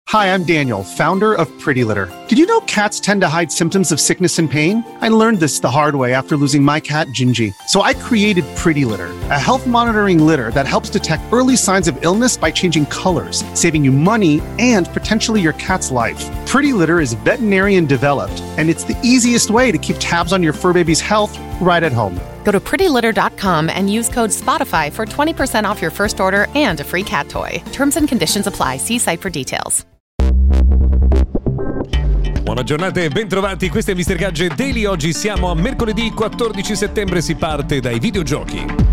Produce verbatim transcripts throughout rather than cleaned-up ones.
Hi, I'm Daniel, founder of Pretty Litter. Did you know cats tend to hide symptoms of sickness and pain? I learned this the hard way after losing my cat, Gingy. So I created Pretty Litter, a health monitoring litter that helps detect early signs of illness by changing colors, saving you money and potentially your cat's life. Pretty Litter is veterinarian developed, and it's the easiest way to keep tabs on your fur baby's health right at home. Go to pretty litter dot com and use code SPOTIFY for twenty percent off your first order and a free cat toy. Terms and conditions apply. See site for details. Buona giornata e bentrovati, questo è mister Gadget Daily. Oggi siamo a mercoledì quattordici settembre, si parte dai videogiochi.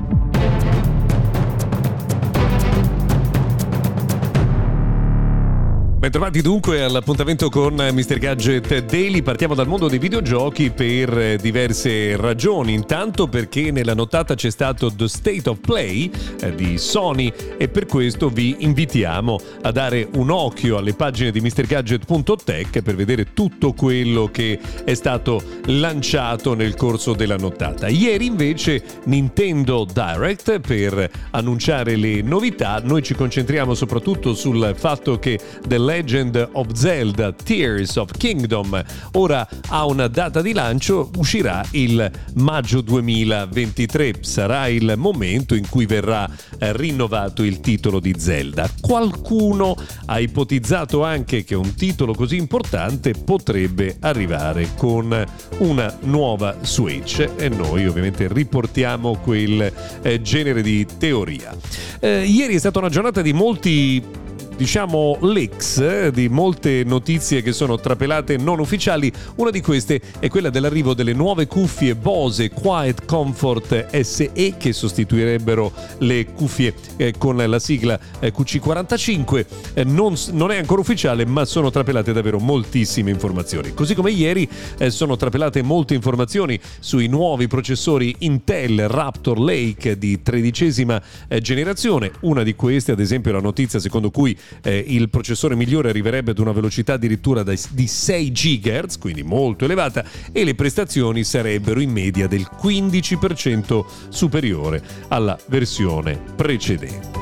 Bentrovati dunque all'appuntamento con mister Gadget Daily. Partiamo dal mondo dei videogiochi per diverse ragioni. Intanto perché nella nottata c'è stato The State of Play eh, di Sony e per questo vi invitiamo a dare un occhio alle pagine di mister gadget punto tech per vedere tutto quello che è stato lanciato nel corso della nottata. Ieri invece Nintendo Direct per annunciare le novità. Noi ci concentriamo soprattutto sul fatto che The Legend of Zelda Tears of Kingdom ora ha una data di lancio, uscirà il maggio duemilaventitré. Sarà il momento in cui verrà eh, rinnovato il titolo di Zelda. Qualcuno ha ipotizzato anche che un titolo così importante potrebbe arrivare con una nuova Switch e noi ovviamente riportiamo quel eh, genere di teoria. Eh, ieri è stata una giornata di molti diciamo leaks, di molte notizie che sono trapelate non ufficiali. Una di queste è quella dell'arrivo delle nuove cuffie Bose Quiet Comfort S E che sostituirebbero le cuffie eh, con la sigla eh, Q C quarantacinque. Eh, non, non è ancora ufficiale, ma sono trapelate davvero moltissime informazioni. Così come ieri eh, sono trapelate molte informazioni sui nuovi processori Intel Raptor Lake di tredicesima eh, generazione. Una di queste, ad esempio, è la notizia secondo cui Eh, il processore migliore arriverebbe ad una velocità addirittura di sei gigahertz, quindi molto elevata, e le prestazioni sarebbero in media del quindici per cento superiore alla versione precedente.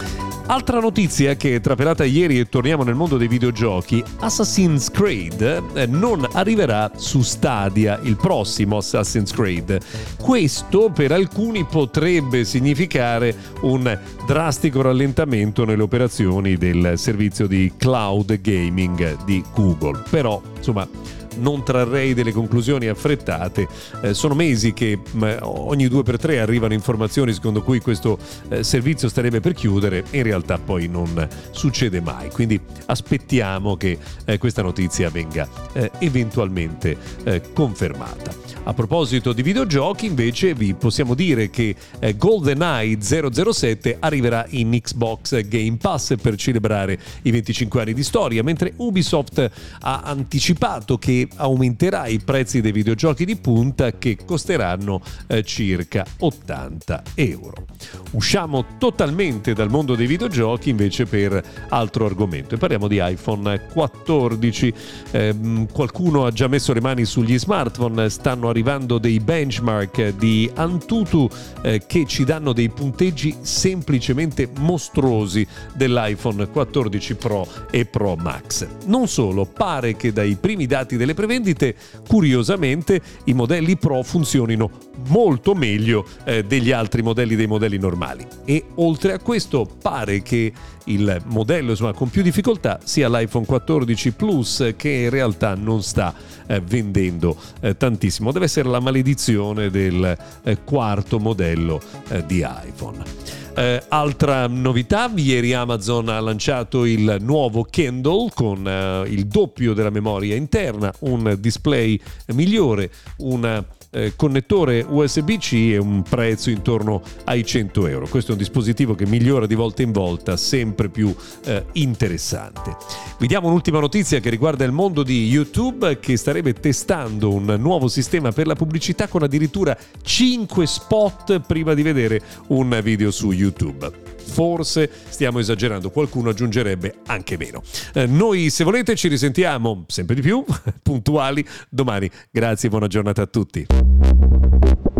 Altra notizia che è trapelata ieri, e torniamo nel mondo dei videogiochi: Assassin's Creed eh, non arriverà su Stadia, il prossimo Assassin's Creed. Questo per alcuni potrebbe significare un drastico rallentamento nelle operazioni del servizio di cloud gaming di Google. Però, insomma, non trarrei delle conclusioni affrettate. Eh, sono mesi che mh, ogni due per tre arrivano informazioni secondo cui questo eh, servizio starebbe per chiudere, in realtà poi non succede mai, quindi aspettiamo che eh, questa notizia venga eh, eventualmente eh, confermata. A proposito di videogiochi, invece, vi possiamo dire che eh, GoldenEye zero zero sette arriverà in Xbox Game Pass per celebrare i venticinque anni di storia, mentre Ubisoft ha anticipato che aumenterà i prezzi dei videogiochi di punta, che costeranno eh, circa ottanta euro. Usciamo totalmente dal mondo dei videogiochi invece per altro argomento e parliamo di iPhone quattordici. Eh, qualcuno ha già messo le mani sugli smartphone, stanno arrivando dei benchmark di Antutu eh, che ci danno dei punteggi semplicemente mostruosi dell'iPhone quattordici Pro e Pro Max. Non solo, pare che dai primi dati delle prevendite, curiosamente, i modelli Pro funzionino molto meglio eh, degli altri modelli dei modelli normali. E oltre a questo pare che il modello insomma con più difficoltà sia l'iPhone quattordici Plus, che in realtà non sta eh, vendendo eh, tantissimo. Deve essere la maledizione del eh, quarto modello eh, di iPhone. Eh, altra novità, ieri Amazon ha lanciato il nuovo Kindle con eh, il doppio della memoria interna, un display migliore, un eh, connettore U S B C e un prezzo intorno ai cento euro. Questo è un dispositivo che migliora di volta in volta, sempre più eh, interessante. Vi diamo un'ultima notizia che riguarda il mondo di YouTube, che starebbe testando un nuovo sistema per la pubblicità con addirittura cinque spot prima di vedere un video su YouTube. Forse stiamo esagerando, qualcuno aggiungerebbe anche meno. Eh, noi, se volete, ci risentiamo sempre di più puntuali domani. Grazie e buona giornata a tutti.